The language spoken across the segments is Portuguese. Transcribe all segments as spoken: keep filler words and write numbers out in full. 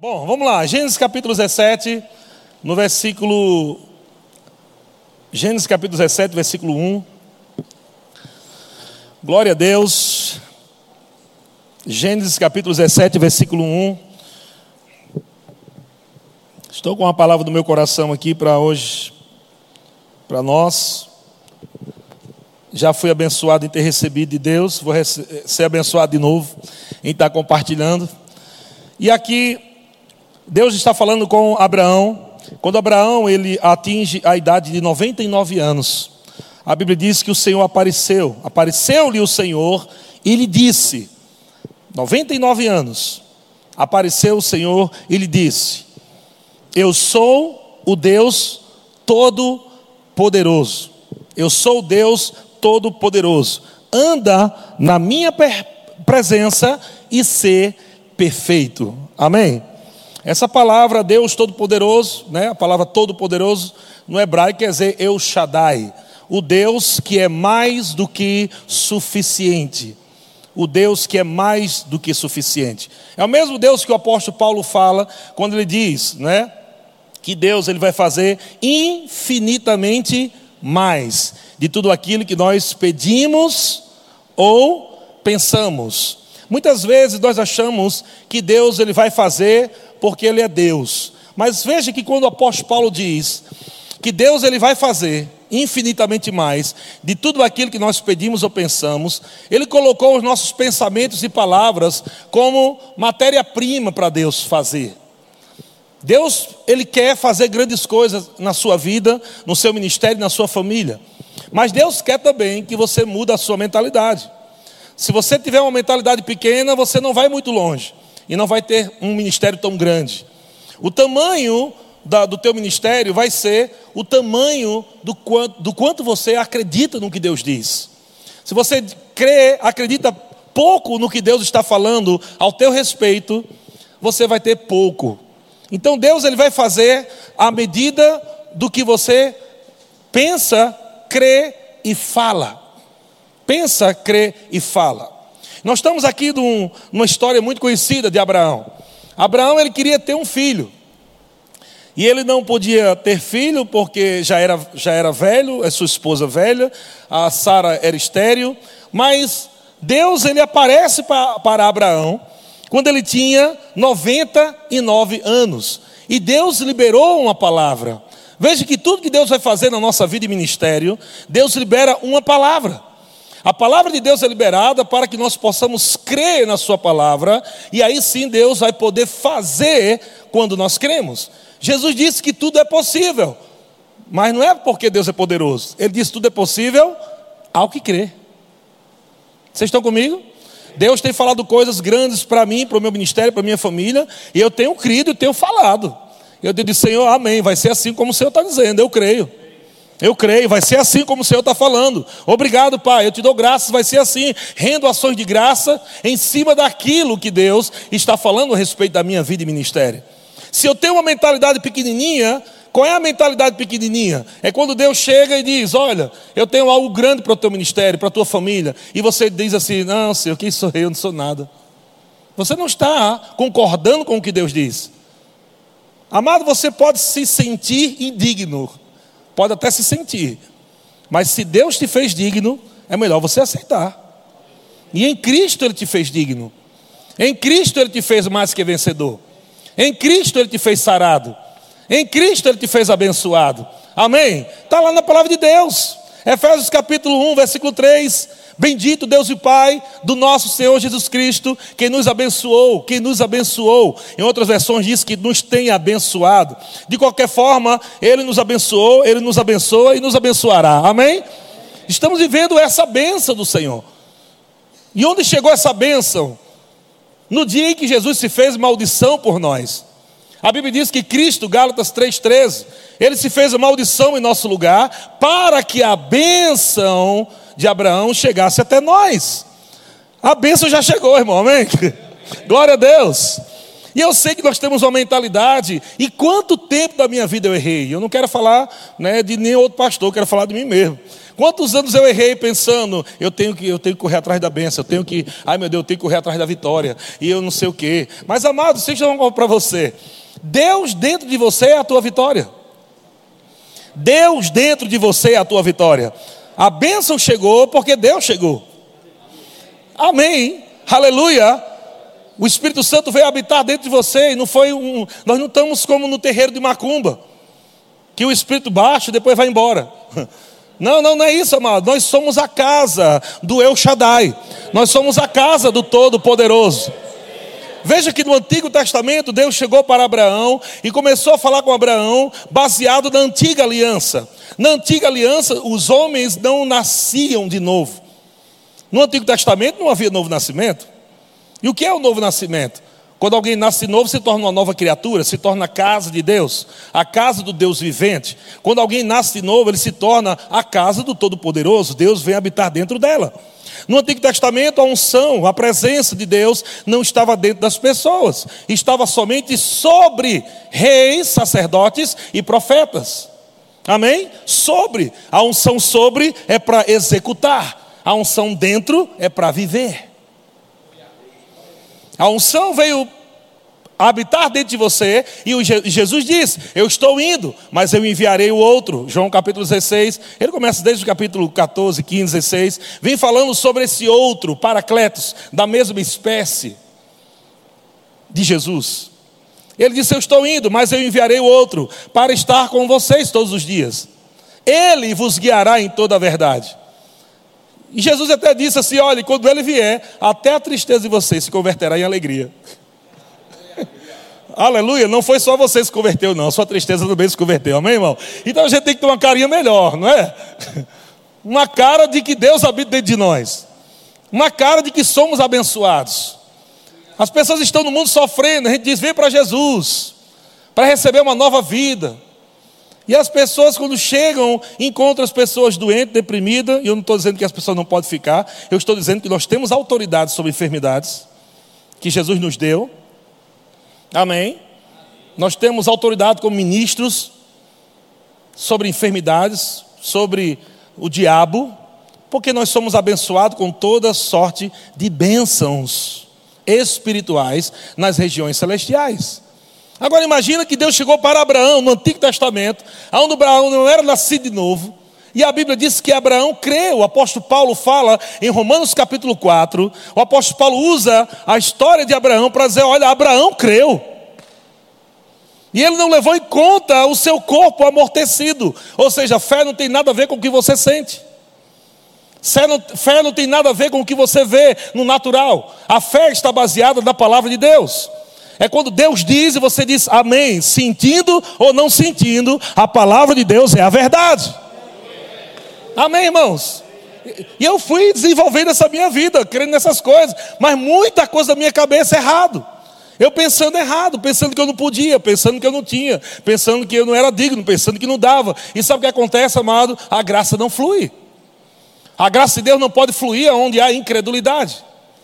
Bom, vamos lá, Gênesis capítulo dezessete, no versículo... Gênesis capítulo dezessete, versículo um. Glória a Deus. Gênesis capítulo dezessete, versículo um. Estou com uma palavra do meu coração aqui para hoje, para nós. Já fui abençoado em ter recebido de Deus, vou ser abençoado de novo em estar compartilhando. E aqui, Deus está falando com Abraão. Quando Abraão ele atinge a idade de noventa e nove anos, a Bíblia diz que o Senhor apareceu, apareceu-lhe o Senhor e lhe disse, noventa e nove anos, apareceu o Senhor e lhe disse, eu sou o Deus Todo-Poderoso, eu sou o Deus Todo-Poderoso, anda na minha presença e ser perfeito, amém? Essa palavra Deus Todo-Poderoso, né? A palavra Todo-Poderoso no hebraico quer dizer El Shaddai, o Deus que é mais do que suficiente, o Deus que é mais do que suficiente. É o mesmo Deus que o apóstolo Paulo fala quando ele diz, né? Que Deus ele vai fazer infinitamente mais de tudo aquilo que nós pedimos ou pensamos. Muitas vezes nós achamos que Deus ele vai fazer porque Ele é Deus. Mas veja que quando o apóstolo Paulo diz que Deus ele vai fazer infinitamente mais de tudo aquilo que nós pedimos ou pensamos, Ele colocou os nossos pensamentos e palavras como matéria-prima para Deus fazer. Deus ele quer fazer grandes coisas na sua vida, no seu ministério, na sua família. Mas Deus quer também que você mude a sua mentalidade. Se você tiver uma mentalidade pequena, você não vai muito longe. E não vai ter um ministério tão grande. O tamanho da, do teu ministério vai ser o tamanho do quanto, do quanto você acredita no que Deus diz. Se você crê, acredita pouco no que Deus está falando ao teu respeito, você vai ter pouco. Então Deus ele vai fazer à medida do que você pensa, crê e fala. Pensa, crê e fala. Nós estamos aqui num, numa história muito conhecida de Abraão. Abraão ele queria ter um filho. E ele não podia ter filho porque já era, já era velho, é sua esposa velha, a Sara era estéril. Mas Deus ele aparece para, para Abraão quando ele tinha noventa e nove anos. E Deus liberou uma palavra. Veja que tudo que Deus vai fazer na nossa vida e ministério, Deus libera uma palavra. A palavra de Deus é liberada para que nós possamos crer na sua palavra. E aí sim Deus vai poder fazer quando nós cremos. Jesus disse que tudo é possível. Mas não é porque Deus é poderoso. Ele disse que tudo é possível ao que crê. Vocês estão comigo? Deus tem falado coisas grandes para mim, para o meu ministério, para a minha família. E eu tenho crido e tenho falado. Eu digo, Senhor, amém. Vai ser assim como o Senhor está dizendo, eu creio. Eu creio, vai ser assim como o Senhor está falando. Obrigado, Pai, eu te dou graças, vai ser assim. Rendo ações de graça em cima daquilo que Deus está falando a respeito da minha vida e ministério. Se eu tenho uma mentalidade pequenininha, qual é a mentalidade pequenininha? É quando Deus chega e diz, olha, eu tenho algo grande para o teu ministério, para a tua família. E você diz assim, não, Senhor, quem sou eu? Eu não sou nada. Você não está concordando com o que Deus diz. Amado, você pode se sentir indigno. Pode até se sentir, mas se Deus te fez digno, é melhor você aceitar. E em Cristo Ele te fez digno. Em Cristo Ele te fez mais que vencedor. Em Cristo Ele te fez sarado. Em Cristo Ele te fez abençoado. Amém? Está lá na palavra de Deus. Efésios capítulo um, versículo três. Bendito Deus e Pai do nosso Senhor Jesus Cristo, quem nos abençoou, quem nos abençoou. Em outras versões diz que nos tem abençoado. De qualquer forma, Ele nos abençoou, Ele nos abençoa e nos abençoará. Amém? Estamos vivendo essa bênção do Senhor. E onde chegou essa bênção? No dia em que Jesus se fez maldição por nós. A Bíblia diz que Cristo, Gálatas três, treze, Ele se fez a maldição em nosso lugar, para que a bênção de Abraão chegasse até nós. A bênção já chegou, irmão, amém? Glória a Deus. E eu sei que nós temos uma mentalidade, e quanto tempo da minha vida eu errei? Eu não quero falar, né, de nenhum outro pastor, eu quero falar de mim mesmo. Quantos anos eu errei pensando, eu tenho que, eu tenho que correr atrás da bênção, eu tenho que, ai meu Deus, eu tenho que correr atrás da vitória, e eu não sei o quê. Mas amado, deixa eu falar para você, Deus dentro de você é a tua vitória. Deus dentro de você é a tua vitória. A bênção chegou porque Deus chegou. Amém, aleluia. O Espírito Santo veio habitar dentro de você, e não foi um, nós não estamos como no terreiro de Macumba, que o Espírito baixa e depois vai embora. Não, não, não é isso, amado. Nós somos a casa do El Shaddai. Nós somos a casa do Todo-Poderoso. Veja que no Antigo Testamento Deus chegou para Abraão e começou a falar com Abraão baseado na antiga aliança. Na antiga aliança os homens não nasciam de novo. No Antigo Testamento não havia novo nascimento. E o que é o novo nascimento? Quando alguém nasce novo, se torna uma nova criatura, se torna a casa de Deus, a casa do Deus vivente. Quando alguém nasce de novo, ele se torna a casa do Todo-Poderoso. Deus vem habitar dentro dela. No Antigo Testamento, a unção, a presença de Deus não estava dentro das pessoas. Estava somente sobre reis, sacerdotes e profetas. Amém? Sobre. A unção sobre é para executar. A unção dentro é para viver. A unção veio habitar dentro de você, e o Jesus diz, eu estou indo, mas eu enviarei o outro. João capítulo dezesseis, ele começa desde o capítulo catorze, quinze, dezesseis, vem falando sobre esse outro, Paracletos, da mesma espécie de Jesus. Ele disse, eu estou indo, mas eu enviarei o outro, para estar com vocês todos os dias. Ele vos guiará em toda a verdade. E Jesus até disse assim, olha, quando ele vier, até a tristeza de vocês se converterá em alegria. Aleluia, não foi só você que se converteu não, sua tristeza também se converteu, amém, irmão? Então a gente tem que ter uma carinha melhor, não é? Uma cara de que Deus habita dentro de nós. Uma cara de que somos abençoados. As pessoas estão no mundo sofrendo, a gente diz, vem para Jesus, para receber uma nova vida. E as pessoas quando chegam, encontram as pessoas doentes, deprimidas, e eu não estou dizendo que as pessoas não podem ficar, eu estou dizendo que nós temos autoridade sobre enfermidades, que Jesus nos deu, amém? Nós temos autoridade como ministros, sobre enfermidades, sobre o diabo, porque nós somos abençoados com toda sorte de bênçãos espirituais nas regiões celestiais. Agora imagina que Deus chegou para Abraão no Antigo Testamento, onde Abraão não era nascido de novo, e a Bíblia diz que Abraão creu. O apóstolo Paulo fala em Romanos capítulo quatro, o apóstolo Paulo usa a história de Abraão para dizer, olha, Abraão creu. E ele não levou em conta o seu corpo amortecido, ou seja, fé não tem nada a ver com o que você sente. Fé não, fé não tem nada a ver com o que você vê no natural. A fé está baseada na palavra de Deus. É quando Deus diz e você diz amém, sentindo ou não sentindo, a palavra de Deus é a verdade. Amém, irmãos? E eu fui desenvolvendo essa minha vida, crendo nessas coisas, mas muita coisa da minha cabeça é errado. Eu pensando errado, pensando que eu não podia, pensando que eu não tinha, pensando que eu não era digno, pensando que não dava. E sabe o que acontece, amado? A graça não flui. A graça de Deus não pode fluir onde há incredulidade.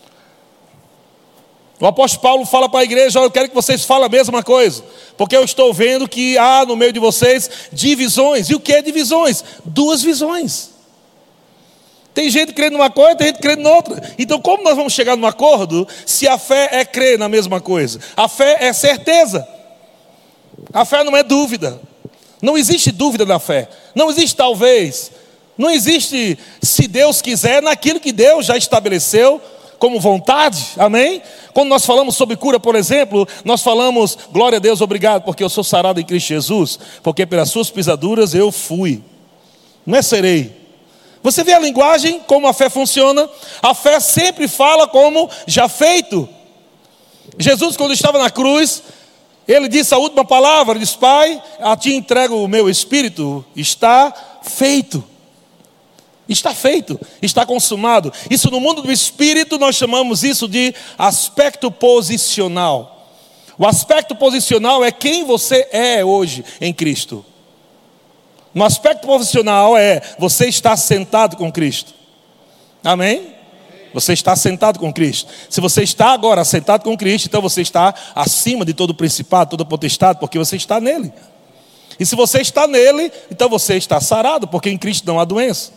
O apóstolo Paulo fala para a igreja, eu quero que vocês falem a mesma coisa, porque eu estou vendo que há no meio de vocês divisões. E o que é divisões? Duas visões. Tem gente crendo numa coisa, tem gente crendo noutra. Então como nós vamos chegar num acordo se a fé é crer na mesma coisa? A fé é certeza. A fé não é dúvida. Não existe dúvida na fé. Não existe talvez. Não existe se Deus quiser naquilo que Deus já estabeleceu como vontade, amém? Quando nós falamos sobre cura, por exemplo, nós falamos, glória a Deus, obrigado, porque eu sou sarado em Cristo Jesus, porque pelas suas pisaduras eu fui, não é serei. Você vê a linguagem, como a fé funciona? A fé sempre fala como já feito. Jesus, quando estava na cruz, ele disse a última palavra, ele disse, Pai, a ti entrego o meu espírito, está feito. Está feito, está consumado. Isso no mundo do espírito nós chamamos isso de aspecto posicional. O aspecto posicional é quem você é hoje em Cristo. No aspecto posicional é você estar sentado com Cristo. Amém? Você está sentado com Cristo. Se você está agora sentado com Cristo, então você está acima de todo principado, toda potestade, porque você está nele. E se você está nele, então você está sarado, porque em Cristo não há doença.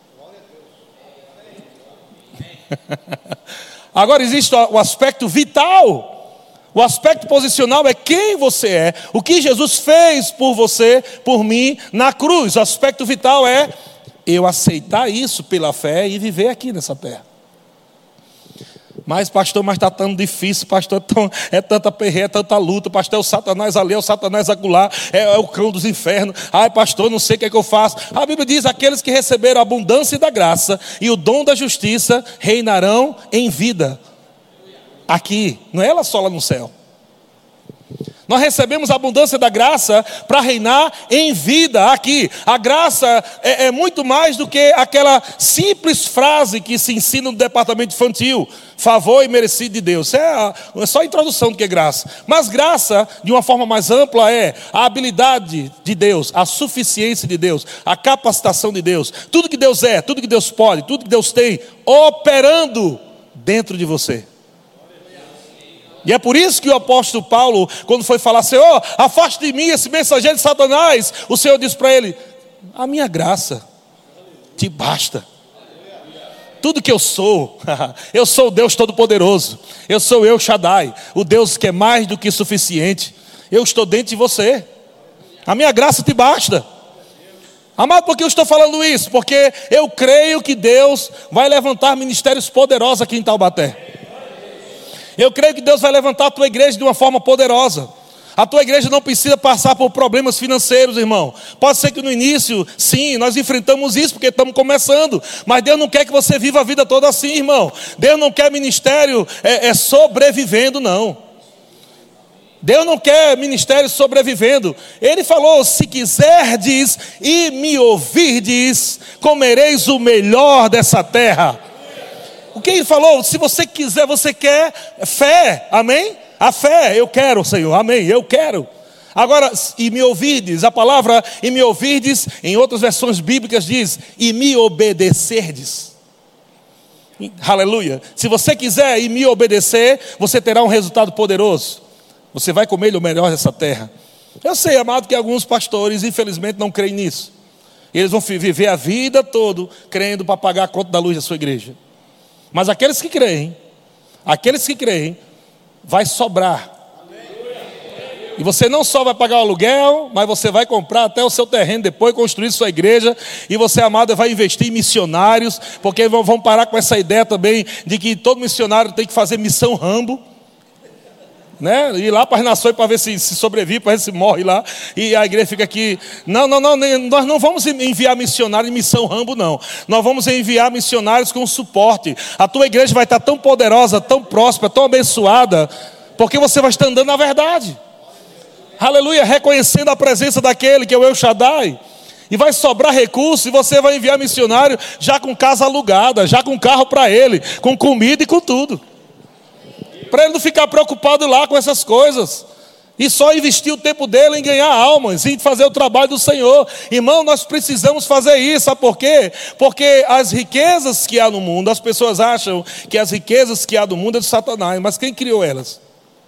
Agora existe o aspecto vital. O aspecto posicional é quem você é, o que Jesus fez por você, por mim, na cruz. O aspecto vital é eu aceitar isso pela fé e viver aqui nessa terra. Mas pastor, mas está tão difícil, pastor, é, tão, é tanta perreira, é tanta luta, pastor, é o Satanás ali, é o Satanás acolá, é, é o cão dos infernos. Ai pastor, não sei o que é que eu faço. A Bíblia diz, aqueles que receberam a abundância da graça e o dom da justiça reinarão em vida. Aqui, não é ela só lá no céu. Nós recebemos a abundância da graça para reinar em vida aqui. A graça é, é muito mais do que aquela simples frase que se ensina no departamento infantil. Favor e merecido de Deus. É, a, é só a introdução do que é graça. Mas graça, de uma forma mais ampla, é a habilidade de Deus, a suficiência de Deus, a capacitação de Deus. Tudo que Deus é, tudo que Deus pode, tudo que Deus tem, operando dentro de você. E é por isso que o apóstolo Paulo, quando foi falar, Senhor, afaste de mim esse mensageiro de Satanás, o Senhor disse para ele, a minha graça te basta. Tudo que eu sou, eu sou o Deus Todo-Poderoso, eu sou eu, Shaddai, o Deus que é mais do que suficiente. Eu estou dentro de você, a minha graça te basta. Amado, por que eu estou falando isso? Porque eu creio que Deus vai levantar ministérios poderosos aqui em Taubaté. Eu creio que Deus vai levantar a tua igreja de uma forma poderosa. A tua igreja não precisa passar por problemas financeiros, irmão. Pode ser que no início, sim, nós enfrentamos isso porque estamos começando. Mas Deus não quer que você viva a vida toda assim, irmão. Deus não quer ministério é, é sobrevivendo, não. Deus não quer ministério sobrevivendo. Ele falou, se quiserdes e me ouvirdes, comereis o melhor dessa terra. O que ele falou? Se você quiser, você quer fé, amém? A fé, eu quero, Senhor, amém, eu quero. Agora, e me ouvirdes, a palavra e me ouvirdes, em outras versões bíblicas diz, e me obedecerdes. Aleluia. Se você quiser e me obedecer, você terá um resultado poderoso. Você vai comer o melhor dessa terra. Eu sei, amado, que alguns pastores, infelizmente, não creem nisso. Eles vão viver a vida toda crendo para pagar a conta da luz da sua igreja. Mas aqueles que creem, aqueles que creem, vai sobrar. E você não só vai pagar o aluguel, mas você vai comprar até o seu terreno depois, construir sua igreja. E você, amado, vai investir em missionários, porque vão parar com essa ideia também de que todo missionário tem que fazer missão Rambo, né? Ir lá para as nações para ver se, se sobrevive, para ver se morre lá. E a igreja fica aqui. Não, não, não, nós não vamos enviar missionários em missão Rambo, não. Nós vamos enviar missionários com suporte. A tua igreja vai estar tão poderosa, tão próspera, tão abençoada, porque você vai estar andando na verdade. Aleluia, reconhecendo a presença daquele que é o El Shaddai. E vai sobrar recurso, e você vai enviar missionário já com casa alugada, já com carro para ele, com comida e com tudo. Para ele não ficar preocupado lá com essas coisas. E só investir o tempo dele em ganhar almas, em fazer o trabalho do Senhor. Irmão, nós precisamos fazer isso, sabe por quê? Porque as riquezas que há no mundo, as pessoas acham que as riquezas que há no mundo é de Satanás. Mas quem criou elas?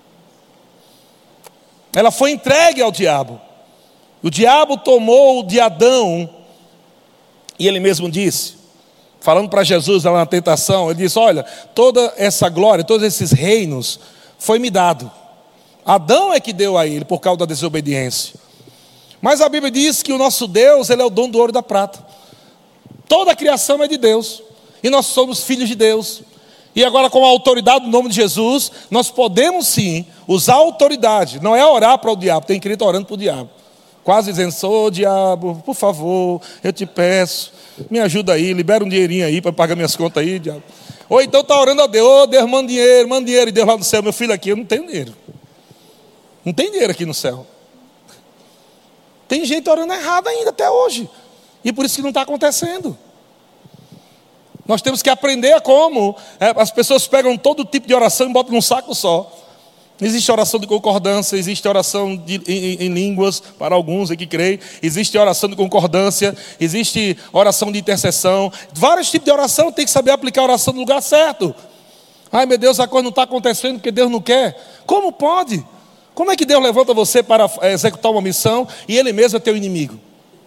Ela foi entregue ao diabo. O diabo tomou de Adão, e ele mesmo disse, falando para Jesus lá na tentação, ele disse, olha, toda essa glória, todos esses reinos, foi me dado. Adão é que deu a ele, por causa da desobediência. Mas a Bíblia diz que o nosso Deus, ele é o dono do ouro e da prata. Toda a criação é de Deus, e nós somos filhos de Deus. E agora, com a autoridade no nome de Jesus, nós podemos sim usar a autoridade. Não é orar para o diabo, tem crente orando para o diabo. Quase dizendo, ô diabo, por favor, eu te peço, me ajuda aí, libera um dinheirinho aí para pagar minhas contas aí, diabo. Ou então está orando a Deus, ô Deus, manda dinheiro, manda dinheiro. E Deus lá no céu, meu filho aqui, eu não tenho dinheiro. Não tem dinheiro aqui no céu. Tem gente orando errado ainda até hoje. E por isso que não está acontecendo. Nós temos que aprender a como é, as pessoas pegam todo tipo de oração e botam num saco só. Existe oração de concordância, existe oração de, em, em línguas, para alguns aqui que creem. Existe oração de concordância, existe oração de intercessão. Vários tipos de oração, tem que saber aplicar a oração no lugar certo. Ai meu Deus, a coisa não está acontecendo porque Deus não quer. Como pode? Como é que Deus levanta você para executar uma missão e Ele mesmo é teu inimigo?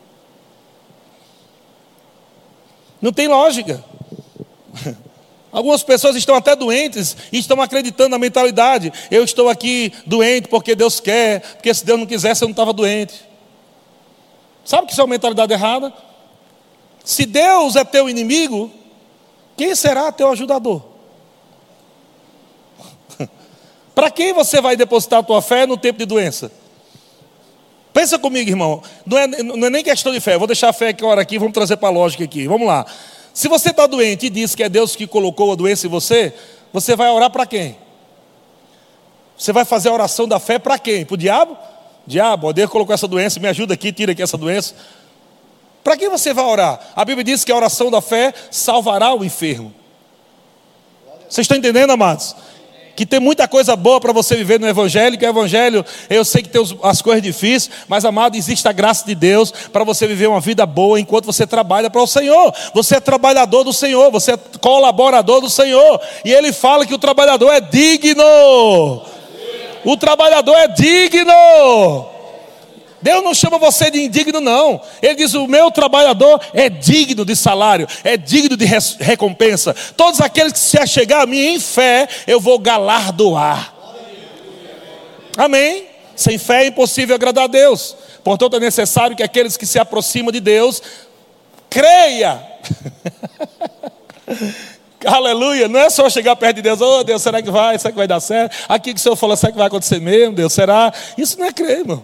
Não tem lógica. Algumas pessoas estão até doentes e estão acreditando na mentalidade. Eu estou aqui doente porque Deus quer, porque se Deus não quisesse eu não estava doente. Sabe que isso é uma mentalidade errada? Se Deus é teu inimigo, quem será teu ajudador? Para quem você vai depositar a tua fé no tempo de doença? Pensa comigo, irmão. Não é, não é nem questão de fé. Vou deixar a fé agora aqui, vamos trazer para a lógica aqui. Vamos lá. Se você está doente e diz que é Deus que colocou a doença em você, você vai orar para quem? Você vai fazer a oração da fé para quem? Para o diabo? Diabo, ó, Deus colocou essa doença, me ajuda aqui, tira aqui essa doença. Para quem você vai orar? A Bíblia diz que a oração da fé salvará o enfermo. Vocês estão entendendo, amados? Que tem muita coisa boa para você viver no Evangelho, que o Evangelho, eu sei que tem as coisas difíceis, mas amado, existe a graça de Deus para você viver uma vida boa enquanto você trabalha para o Senhor. Você é trabalhador do Senhor, você é colaborador do Senhor, e Ele fala que o trabalhador é digno. O trabalhador é digno. Deus não chama você de indigno, não. Ele diz: o meu trabalhador é digno de salário, é digno de res- recompensa. Todos aqueles que se achegar a mim em fé, eu vou galardoar. Amém? Sem fé é impossível agradar a Deus. Portanto, é necessário que aqueles que se aproximam de Deus creia. Aleluia. Não é só chegar perto de Deus: oh Deus, será que vai? Será que vai dar certo? Aqui que o Senhor falou, será que vai acontecer mesmo? Deus, será? Isso não é crer, irmão.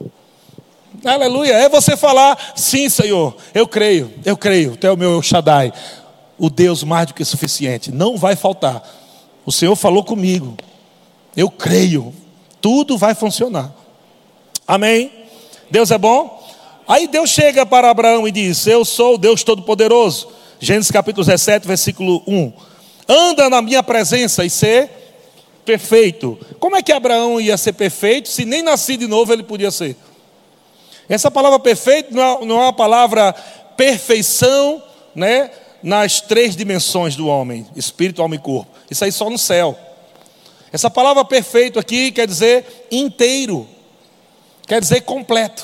Aleluia. É você falar: sim, Senhor, eu creio, eu creio, tu é o meu El Shaddai, o Deus mais do que suficiente, não vai faltar. O Senhor falou comigo, eu creio, tudo vai funcionar. Amém? Deus é bom? Aí Deus chega para Abraão e diz: eu sou o Deus Todo-Poderoso. Gênesis capítulo dezessete, versículo um. Anda na minha presença e ser perfeito. Como é que Abraão ia ser perfeito se nem nascido de novo ele podia ser? Essa palavra perfeito não é, não é uma palavra perfeição, né, nas três dimensões do homem: espírito, alma e corpo. Isso aí só no céu. Essa palavra perfeito aqui quer dizer inteiro, quer dizer completo.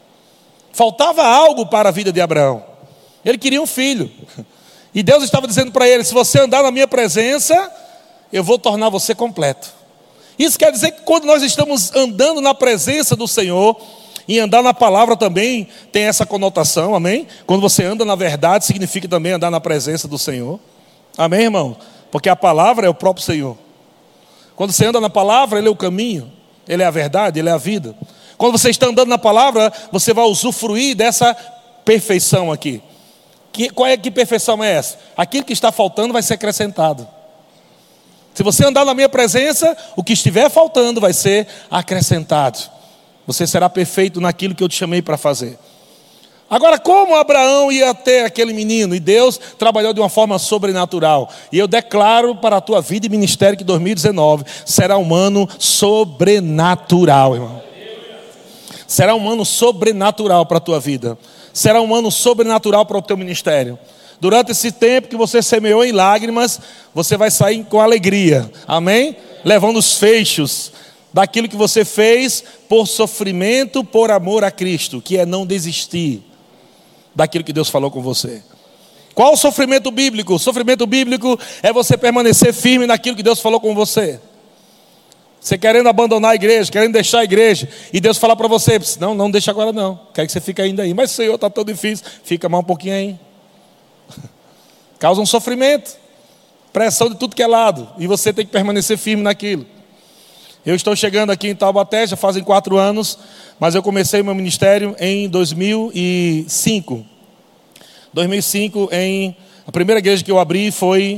Faltava algo para a vida de Abraão. Ele queria um filho. E Deus estava dizendo para ele: se você andar na minha presença, eu vou tornar você completo. Isso quer dizer que quando nós estamos andando na presença do Senhor, e andar na palavra também tem essa conotação, amém? Quando você anda na verdade, significa também andar na presença do Senhor. Amém, irmão? Porque a palavra é o próprio Senhor. Quando você anda na palavra, Ele é o caminho, Ele é a verdade, Ele é a vida. Quando você está andando na palavra, você vai usufruir dessa perfeição aqui. Que, qual é que perfeição é essa? Aquilo que está faltando vai ser acrescentado. Se você andar na minha presença, o que estiver faltando vai ser acrescentado. Você será perfeito naquilo que eu te chamei para fazer. Agora, como Abraão ia ter aquele menino? E Deus trabalhou de uma forma sobrenatural. E eu declaro para a tua vida e ministério que dois mil e dezenove será um ano sobrenatural, irmão. Será um ano sobrenatural para a tua vida. Será um ano sobrenatural para o teu ministério. Durante esse tempo que você semeou em lágrimas, você vai sair com alegria. Amém? Levando os feixos daquilo que você fez por sofrimento, por amor a Cristo, que é não desistir daquilo que Deus falou com você. Qual o sofrimento bíblico? O sofrimento bíblico é você permanecer firme naquilo que Deus falou com você. Você querendo abandonar a igreja, querendo deixar a igreja, e Deus falar para você: não, não deixa agora não, quero que você fique ainda aí. Mas Senhor, está tão difícil, fica mais um pouquinho aí. Causa um sofrimento, pressão de tudo que é lado, e você tem que permanecer firme naquilo. Eu estou chegando aqui em Taubaté, já fazem quatro anos, mas eu comecei meu ministério em dois mil e cinco. dois mil e cinco, em, a primeira igreja que eu abri foi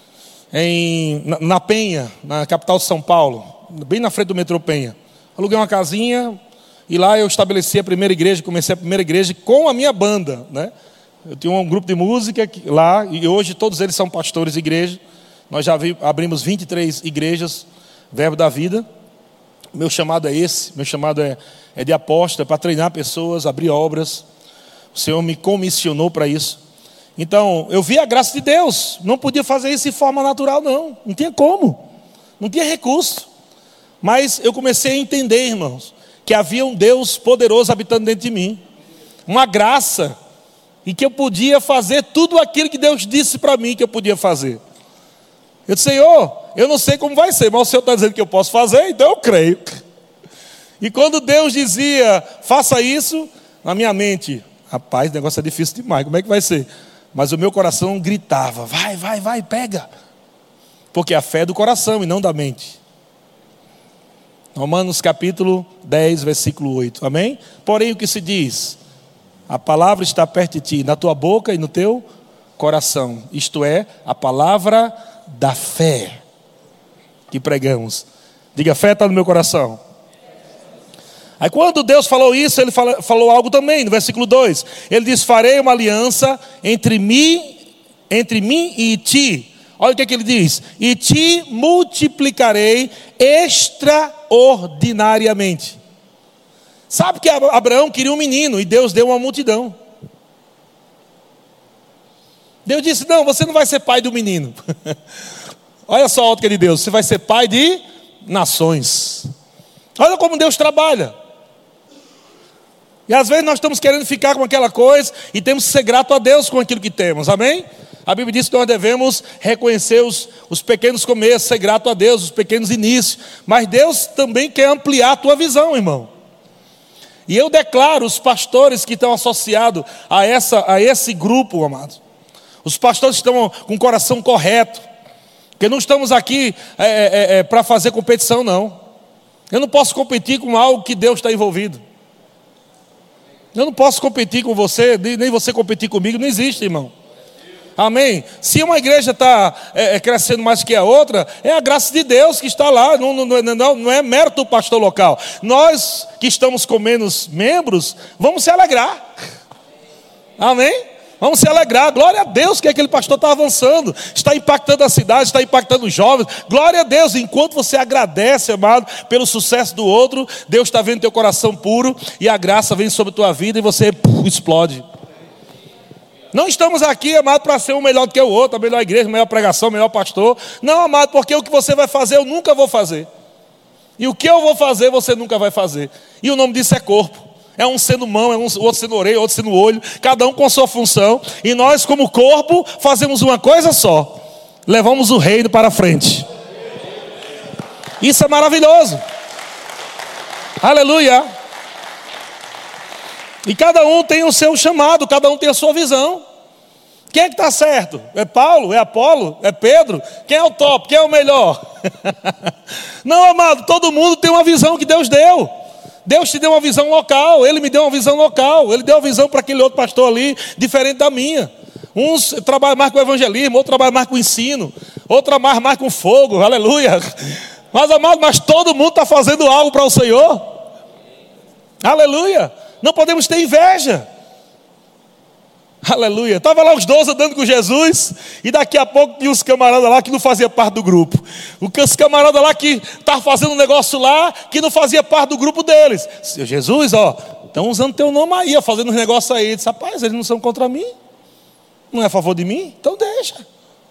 em, na, na Penha, na capital de São Paulo, bem na frente do metrô Penha. Aluguei uma casinha e lá eu estabeleci a primeira igreja, comecei a primeira igreja com a minha banda, né? Eu tinha um grupo de música lá e hoje todos eles são pastores de igreja. Nós já abrimos vinte e três igrejas, Verbo da Vida, Meu chamado é esse, meu chamado é, é de apóstolo, é para treinar pessoas, abrir obras. O Senhor me comissionou para isso. Então, eu vi a graça de Deus. Não podia fazer isso de forma natural, não. Não tinha como. Não tinha recurso. Mas eu comecei a entender, irmãos, que havia um Deus poderoso habitando dentro de mim. Uma graça. E que eu podia fazer tudo aquilo que Deus disse para mim que eu podia fazer. Eu disse, Senhor, eu não sei como vai ser, mas o Senhor está dizendo que eu posso fazer, então eu creio. E quando Deus dizia, faça isso, na minha mente, rapaz, o negócio é difícil demais, como é que vai ser? Mas o meu coração gritava, vai, vai, vai, pega. Porque a fé é do coração e não da mente. Romanos capítulo dez, versículo oito, amém? Porém o que se diz? A palavra está perto de ti, na tua boca e no teu coração. Isto é, a palavra da fé que pregamos. Diga, fé está no meu coração. Aí quando Deus falou isso, Ele fala, falou algo também, no versículo dois. Ele diz, farei uma aliança entre mim, entre mim e ti. Olha o que, é que ele diz. E te multiplicarei extraordinariamente. Sabe que Abraão queria um menino e Deus deu uma multidão. Deus disse, não, você não vai ser pai do menino. Olha só a ótica de Deus, você vai ser pai de nações. Olha como Deus trabalha. E às vezes nós estamos querendo ficar com aquela coisa e temos que ser grato a Deus com aquilo que temos, amém? A Bíblia diz que nós devemos reconhecer os, os pequenos começos, ser grato a Deus, os pequenos inícios. Mas Deus também quer ampliar a tua visão, irmão. E eu declaro os pastores que estão associados a, essa, a esse grupo, amados. Os pastores que estão com o coração correto. Porque não estamos aqui é, é, é, para fazer competição, não. Eu não posso competir com algo que Deus está envolvido. Eu não posso competir com você, nem você competir comigo. Não existe, irmão. Amém? Se uma igreja está é, é, crescendo mais que a outra, é a graça de Deus que está lá, não, não, não, não é mérito do pastor local. Nós que estamos com menos membros, vamos se alegrar. Amém? Vamos se alegrar, glória a Deus que aquele pastor está avançando, está impactando a cidade, está impactando os jovens. Glória a Deus, enquanto você agradece, amado, pelo sucesso do outro, Deus está vendo teu coração puro e a graça vem sobre a tua vida e você puf, explode. Não estamos aqui, amado, para ser um melhor do que o outro, a melhor igreja, a melhor pregação, o melhor pastor. Não, amado, porque o que você vai fazer eu nunca vou fazer. E o que eu vou fazer você nunca vai fazer. E o nome disso é corpo. É um sendo mão, é um outro sendo orelha, outro sendo olho. Cada um com a sua função. E nós como corpo fazemos uma coisa só. Levamos o reino para frente. Isso é maravilhoso. Aleluia. E cada um tem o seu chamado, cada um tem a sua visão. Quem é que está certo? É Paulo? É Apolo? É Pedro? Quem é o top? Quem é o melhor? Não, amado, todo mundo tem uma visão que Deus deu. Deus te deu uma visão local, Ele me deu uma visão local. Ele deu uma visão para aquele outro pastor ali, diferente da minha. Uns trabalham mais com o evangelismo, outros trabalham mais com o ensino, outros trabalham mais com fogo, aleluia. Mas, amado, mas todo mundo está fazendo algo para o Senhor. Aleluia. Não podemos ter inveja. Aleluia. Estava lá os doze andando com Jesus. E daqui a pouco tinha uns camaradas lá que não faziam parte do grupo. Os camaradas lá que estavam fazendo um negócio lá que não fazia parte do grupo deles. Jesus, ó, estão usando teu nome aí, ó, fazendo uns negócios aí. Ele disse, rapaz, eles não são contra mim. Não é a favor de mim? Então deixa.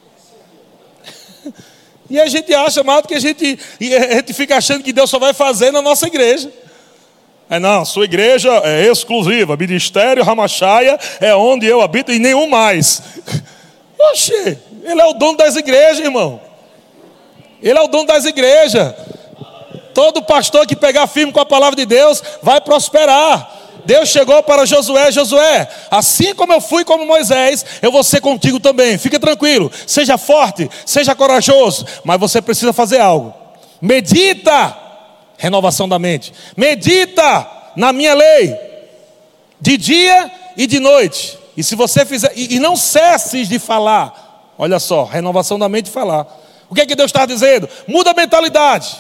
E a gente acha, amado, que a gente, a gente fica achando que Deus só vai fazer na nossa igreja. É, não, sua igreja é exclusiva, Ministério Ramachaia é onde eu habito e nenhum mais. Oxê, Ele é o dono das igrejas, irmão. Ele é o dono das igrejas. Todo pastor que pegar firme com a palavra de Deus vai prosperar. Deus chegou para Josué, Josué, assim como eu fui como Moisés, eu vou ser contigo também. Fica tranquilo, seja forte, seja corajoso, mas você precisa fazer algo. Medita. Renovação da mente. Medita na minha lei, de dia e de noite. E se você fizer, e, e não cesses de falar. Olha só, renovação da mente e falar. O que é que Deus está dizendo? Muda a mentalidade.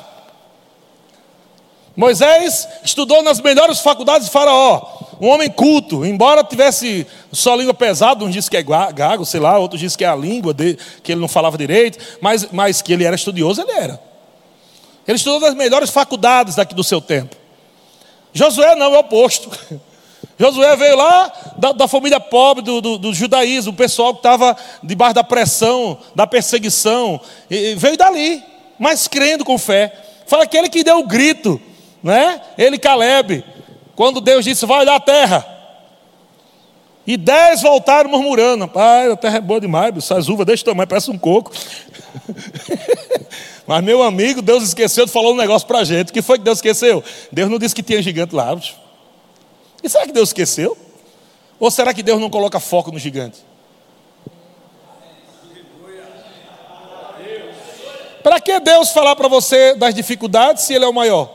Moisés estudou nas melhores faculdades de Faraó. Um homem culto, embora tivesse só língua pesada, uns dizem que é gago, sei lá, outros dizem que é a língua dele, que ele não falava direito, mas, mas que ele era estudioso, ele era. Ele estudou nas melhores faculdades daqui do seu tempo. Josué não, é o oposto. Josué veio lá da, da família pobre do, do, do judaísmo, o pessoal que estava debaixo da pressão, da perseguição, e veio dali, mas crendo com fé. Foi aquele que deu o grito, né? Ele, Caleb, quando Deus disse, vai dar a terra. E dez voltaram murmurando, pai, a terra é boa demais, essas uvas desse tamanho, parece um coco. Mas meu amigo, Deus esqueceu de falar um negócio para a gente. O que foi que Deus esqueceu? Deus não disse que tinha gigante lá. E será que Deus esqueceu? Ou será que Deus não coloca foco no gigante? Para que Deus falar para você das dificuldades se Ele é o maior?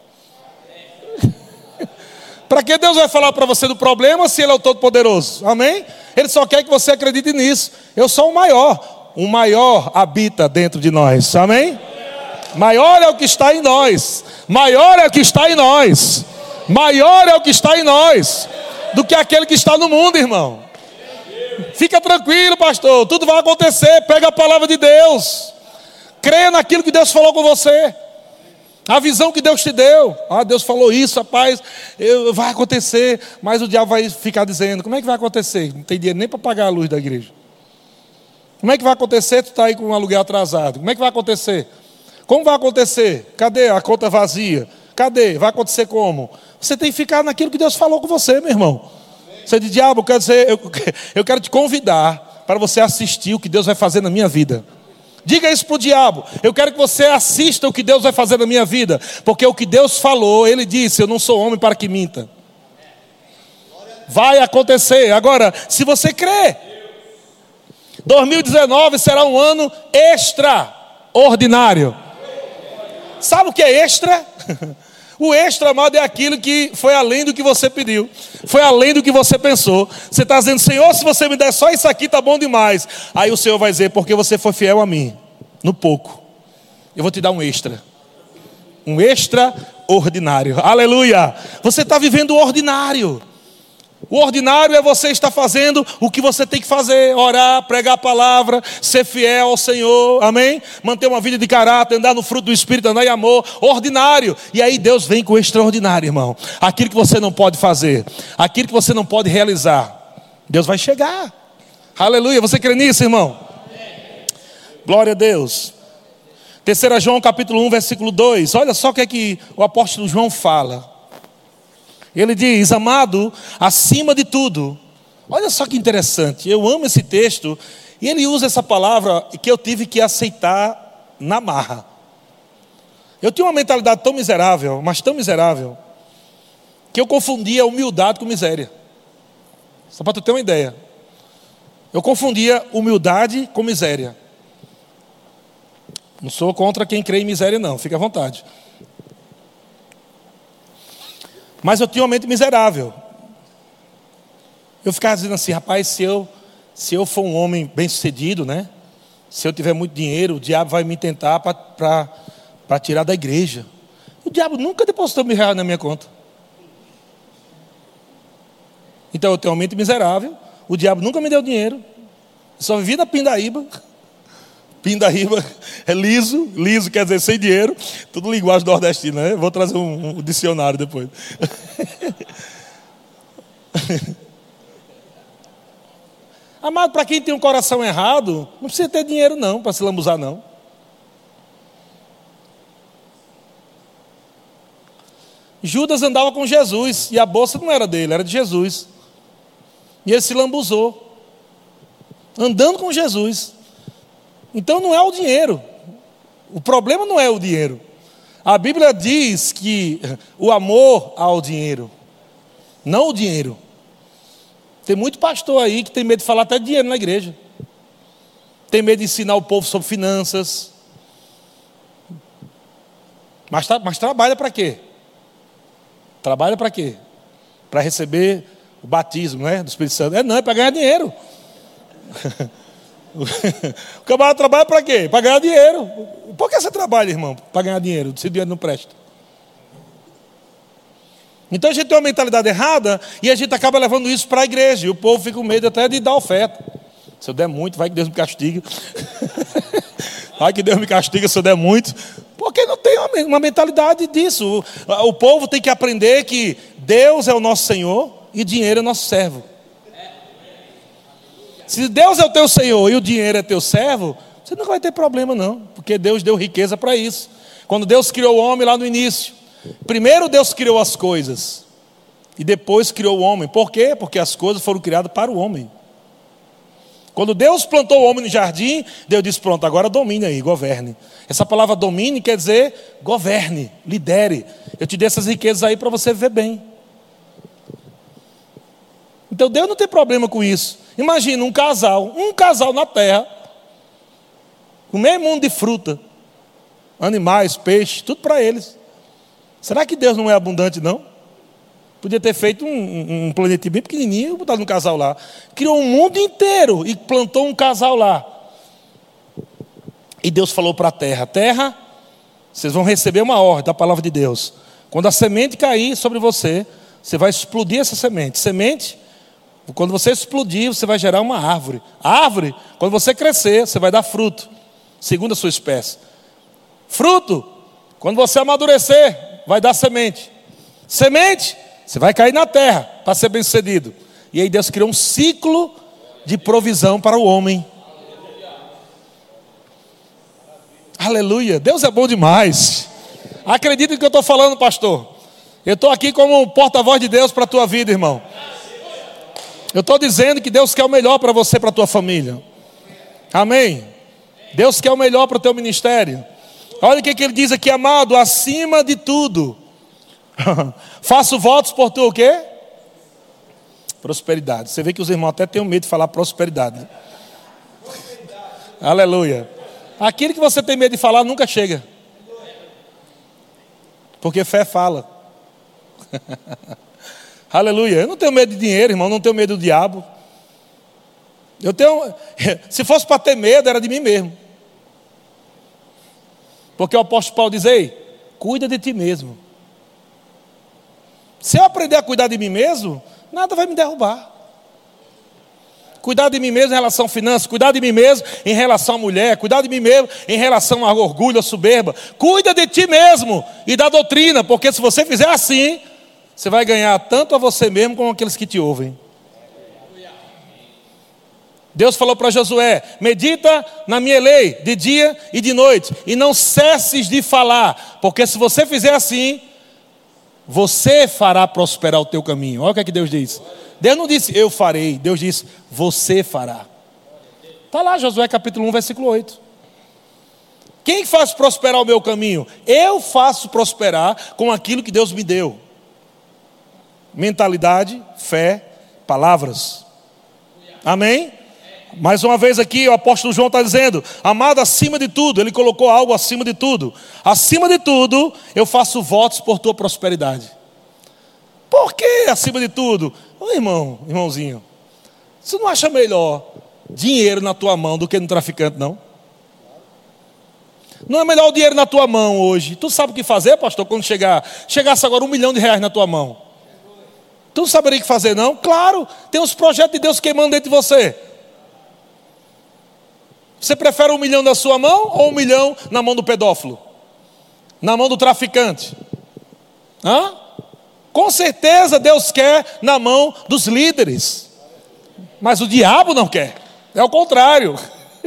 Para que Deus vai falar para você do problema se Ele é o Todo-Poderoso? Amém? Ele só quer que você acredite nisso. Eu sou o maior. O maior habita dentro de nós. Amém? Maior é o que está em nós. Maior é o que está em nós. Maior é o que está em nós do que aquele que está no mundo, irmão. Fica tranquilo, pastor. Tudo vai acontecer. Pega a palavra de Deus. Creia naquilo que Deus falou com você. A visão que Deus te deu. Ah, Deus falou isso, rapaz. Eu, vai acontecer. Mas o diabo vai ficar dizendo, como é que vai acontecer? Não tem dinheiro nem para pagar a luz da igreja. Como é que vai acontecer? Tu está aí com um aluguel atrasado. Como é que vai acontecer? Como vai acontecer? Cadê a conta vazia? Cadê? Vai acontecer como? Você tem que ficar naquilo que Deus falou com você, meu irmão. Você diz, diabo, eu quero, dizer, eu, eu quero te convidar para você assistir o que Deus vai fazer na minha vida. Diga isso para o diabo. Eu quero que você assista o que Deus vai fazer na minha vida. Porque o que Deus falou, Ele disse, eu não sou homem para que minta. Vai acontecer. Agora, se você crê, dois mil e dezenove será um ano extraordinário. Sabe o que é extra? O extra, amado, é aquilo que foi além do que você pediu. Foi além do que você pensou. Você está dizendo, Senhor, se você me der só isso aqui, está bom demais. Aí o Senhor vai dizer, porque você foi fiel a mim, no pouco, eu vou te dar um extra. Um extraordinário. Aleluia. Você está vivendo o ordinário. O ordinário é você estar fazendo o que você tem que fazer. Orar, pregar a palavra, ser fiel ao Senhor, amém? Manter uma vida de caráter, andar no fruto do Espírito, andar em amor. Ordinário. E aí Deus vem com o extraordinário, irmão. Aquilo que você não pode fazer, aquilo que você não pode realizar, Deus vai chegar. Aleluia. Você crê nisso, irmão? Amém. Glória a Deus. terceira João capítulo um, versículo dois. Olha só o que é que o apóstolo João fala. Ele diz, amado, acima de tudo. Olha só que interessante, eu amo esse texto. E ele usa essa palavra que eu tive que aceitar na marra. Eu tinha uma mentalidade tão miserável, mas tão miserável, que eu confundia humildade com miséria. Só para tu ter uma ideia. Eu confundia humildade com miséria. Não sou contra quem crê em miséria não, fique à vontade. Mas eu tinha uma mente miserável. Eu ficava dizendo assim, rapaz, se eu, se eu for um homem bem sucedido, né? Se eu tiver muito dinheiro, o diabo vai me tentar para tirar da igreja. O diabo nunca depositou mil reais na minha conta. Então eu tenho uma mente miserável. O diabo nunca me deu dinheiro. Eu só vivi na pindaíba. Pindaíba é liso, liso quer dizer sem dinheiro, tudo linguagem nordestina, né? Vou trazer um, um dicionário depois. Amado, para quem tem um coração errado, não precisa ter dinheiro não, para se lambuzar não. Judas andava com Jesus, e a bolsa não era dele, era de Jesus. E ele se lambuzou, andando com Jesus. Então não é o dinheiro. O problema não é o dinheiro. A Bíblia diz que o amor ao dinheiro, não o dinheiro. Tem muito pastor aí que tem medo de falar até de dinheiro na igreja. Tem medo de ensinar o povo sobre finanças. Mas, mas trabalha para quê? Trabalha para quê? Para receber o batismo, né, do Espírito Santo. É não, é para ganhar dinheiro. O camarada trabalha para quê? Para ganhar dinheiro. Por que você trabalha, irmão? Para ganhar dinheiro, se o dinheiro não presta. Então a gente tem uma mentalidade errada e a gente acaba levando isso para a igreja. E o povo fica com medo até de dar oferta. Se eu der muito, vai que Deus me castiga. Vai que Deus me castiga se eu der muito. Porque não tem uma uma mentalidade disso. O, o povo tem que aprender que Deus é o nosso Senhor e o dinheiro é nosso servo. Se Deus é o teu Senhor e o dinheiro é teu servo, você não vai ter problema não, porque Deus deu riqueza para isso. Quando Deus criou o homem lá no início, primeiro Deus criou as coisas e depois criou o homem. Por quê? Porque as coisas foram criadas para o homem. Quando Deus plantou o homem no jardim, Deus disse, pronto, agora domine aí, governe. Essa palavra domine quer dizer governe, lidere. Eu te dei essas riquezas aí para você viver bem. Então Deus não tem problema com isso. Imagina um casal, um casal na terra, com meio mundo de fruta, animais, peixes, tudo para eles. Será que Deus não é abundante não? Podia ter feito um, um, um planetinho bem pequenininho e botado um casal lá. Criou um mundo inteiro e plantou um casal lá. E Deus falou para a terra, terra, vocês vão receber uma ordem da palavra de Deus. Quando a semente cair sobre você, você vai explodir essa semente. Semente, quando você explodir, você vai gerar uma árvore. Árvore, quando você crescer, você vai dar fruto, segundo a sua espécie. Fruto, quando você amadurecer, vai dar semente. Semente, você vai cair na terra para ser bem sucedido. E aí Deus criou um ciclo de provisão para o homem. Aleluia, Deus é bom demais. Acredita no que eu estou falando, pastor. Eu estou aqui como porta-voz de Deus para a tua vida, irmão. Eu estou dizendo que Deus quer o melhor para você, para a tua família. Amém. Deus quer o melhor para o teu ministério. Olha o que, que ele diz aqui, amado, acima de tudo. Faço votos por tu o quê? Prosperidade. Você vê que os irmãos até têm medo de falar prosperidade, né? Aleluia. Aquilo que você tem medo de falar nunca chega. Porque fé fala. Aleluia. Eu não tenho medo de dinheiro, irmão. Não tenho medo do diabo. Eu tenho. Se fosse para ter medo, era de mim mesmo. Porque o apóstolo Paulo diz, ei, cuida de ti mesmo. Se eu aprender a cuidar de mim mesmo, nada vai me derrubar. Cuidar de mim mesmo em relação a finanças, cuidar de mim mesmo em relação à mulher, cuidar de mim mesmo em relação ao orgulho, à soberba. Cuida de ti mesmo e da doutrina, porque se você fizer assim, você vai ganhar tanto a você mesmo como aqueles que te ouvem. Deus falou para Josué, medita na minha lei de dia e de noite, e não cesses de falar, porque se você fizer assim, você fará prosperar o teu caminho. Olha o que é que Deus diz. Deus não disse, eu farei. Deus disse, você fará. Está lá, Josué capítulo um, versículo oito. Quem faz prosperar o meu caminho? Eu faço prosperar com aquilo que Deus me deu. Mentalidade, fé, palavras. Amém? Mais uma vez aqui o apóstolo João está dizendo, amado, acima de tudo, ele colocou algo acima de tudo. Acima de tudo, eu faço votos por tua prosperidade. Por que acima de tudo? Ô irmão, irmãozinho, você não acha melhor dinheiro na tua mão do que no traficante, não? Não é melhor o dinheiro na tua mão hoje? Tu sabe o que fazer, pastor, quando chegar, chegasse agora um milhão de reais na tua mão? Tu não saberia o que fazer, não? Claro, tem os projetos de Deus queimando dentro de você. Você prefere um milhão na sua mão ou um milhão na mão do pedófilo? Na mão do traficante? Hã? Com certeza Deus quer na mão dos líderes. Mas o diabo não quer. É o contrário.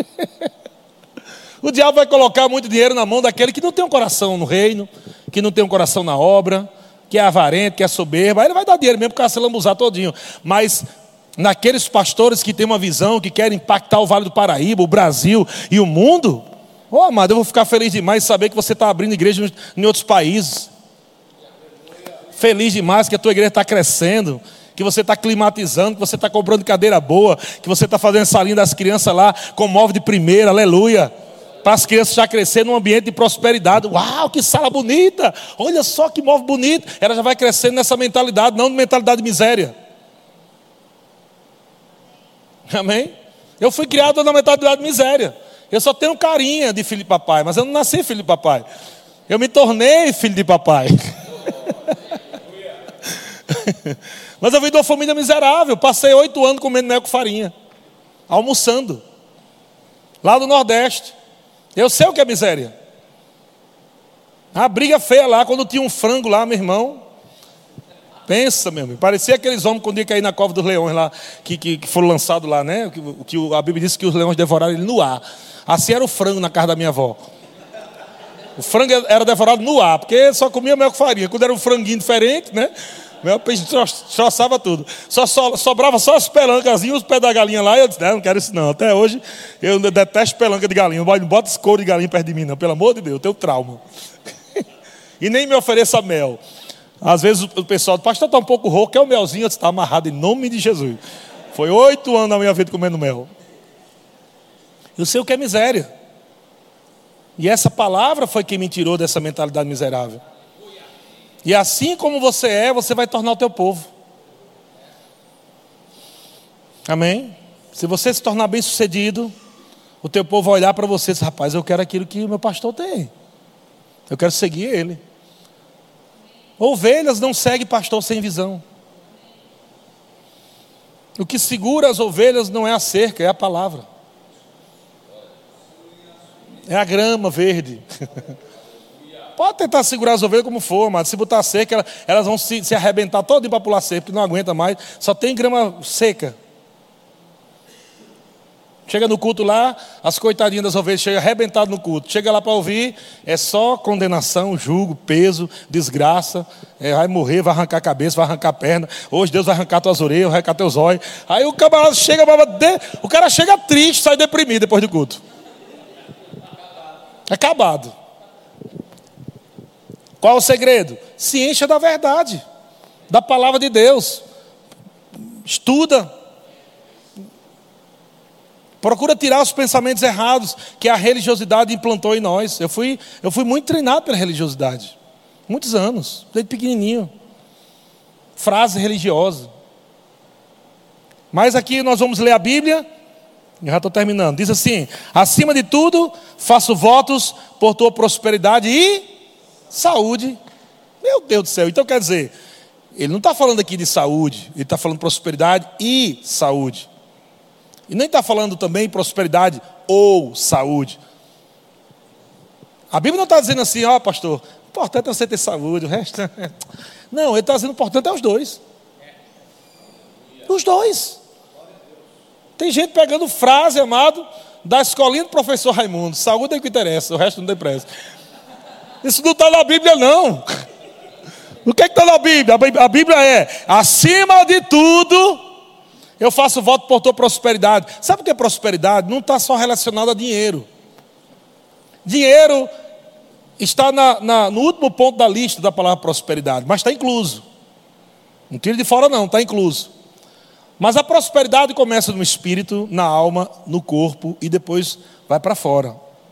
O diabo vai colocar muito dinheiro na mão daquele que não tem um coração no reino, que não tem um coração na obra, que é avarento, que é soberbo. Aí ele vai dar dinheiro mesmo para o cara se lambuzar todinho. Mas naqueles pastores que têm uma visão, que querem impactar o Vale do Paraíba, o Brasil e o mundo, ô amado, eu vou ficar feliz demais de saber que você está abrindo igreja em outros países. Feliz demais que a tua igreja está crescendo, que você está climatizando, que você está comprando cadeira boa, que você está fazendo salinha das crianças lá com móvel de primeira, aleluia. Para as crianças já crescer num ambiente de prosperidade. Uau, que sala bonita, olha só que móvel bonito. Ela já vai crescendo nessa mentalidade, não de mentalidade de miséria. Amém? Eu fui criado na mentalidade de miséria. Eu só tenho carinha de filho de papai, mas eu não nasci filho de papai. Eu me tornei filho de papai. Mas eu vim de uma família miserável. Passei oito anos comendo mel com farinha, almoçando lá do Nordeste. Eu sei o que é miséria. A briga feia lá, quando tinha um frango lá, meu irmão. Pensa, meu amigo. Parecia aqueles homens quando ia cair na cova dos leões lá, que, que, que foram lançados lá, né? Que, que a Bíblia disse que os leões devoraram ele no ar. Assim era o frango na casa da minha avó. O frango era devorado no ar, porque só comia mel com farinha. Quando era um franguinho diferente, né? Meu peixe troçava tudo. Só, só sobrava só as pelancas e os pés da galinha lá. E eu disse, não, não quero isso não. Até hoje eu detesto pelanca de galinha. Não bota esse couro de galinha perto de mim, não. Pelo amor de Deus, eu tenho trauma. E nem me ofereça mel. Às vezes o pessoal, o pastor está um pouco rouco, quer o melzinho? Eu disse, está amarrado em nome de Jesus. Foi oito anos na minha vida comendo mel. Eu sei o que é miséria. E essa palavra foi quem me tirou dessa mentalidade miserável. E assim como você é, você vai tornar o teu povo. Amém? Se você se tornar bem sucedido, o teu povo vai olhar para você e dizer, rapaz, eu quero aquilo que o meu pastor tem. Eu quero seguir ele. Ovelhas não seguem pastor sem visão. O que segura as ovelhas não é a cerca, é a palavra. É a grama verde. Pode tentar segurar as ovelhas como for, mas se botar seca, elas vão se, se arrebentar todinho para pular seca, porque não aguenta mais. Só tem grama seca. Chega no culto lá, as coitadinhas das ovelhas chegam arrebentadas no culto. Chega lá para ouvir, é só condenação, julgo, peso, desgraça. É, vai morrer, vai arrancar a cabeça, vai arrancar a perna. Hoje Deus vai arrancar tuas orelhas, vai arrancar teus olhos. Aí o camarada chega, o cara chega triste, sai deprimido depois do culto. Acabado. Qual é o segredo? Se encha da verdade, da palavra de Deus. Estuda. Procura tirar os pensamentos errados que a religiosidade implantou em nós. Eu fui, eu fui muito treinado pela religiosidade. Muitos anos, desde pequenininho. Frase religiosa. Mas aqui nós vamos ler a Bíblia. Eu já estou terminando. Diz assim: acima de tudo, faço votos por tua prosperidade e saúde. Meu Deus do céu. Então quer dizer, ele não está falando aqui de saúde. Ele está falando prosperidade e saúde. E nem está falando também prosperidade ou saúde. A Bíblia não está dizendo assim, ó, pastor, o importante é você ter saúde, o resto... Não, ele está dizendo o importante é os dois. Os dois. Tem gente pegando frase, amado, da escolinha do professor Raimundo. Saúde é o que interessa, o resto não tem pressa. Isso não está na Bíblia, não. O que é que está na Bíblia? A Bíblia é, acima de tudo... eu faço voto por tua prosperidade. Sabe o que é prosperidade? Não está só relacionado a dinheiro. Dinheiro está na, na, no último ponto da lista da palavra prosperidade, mas está incluso. Não tira de fora não, está incluso. Mas a prosperidade começa no espírito, na alma, no corpo e depois vai para fora.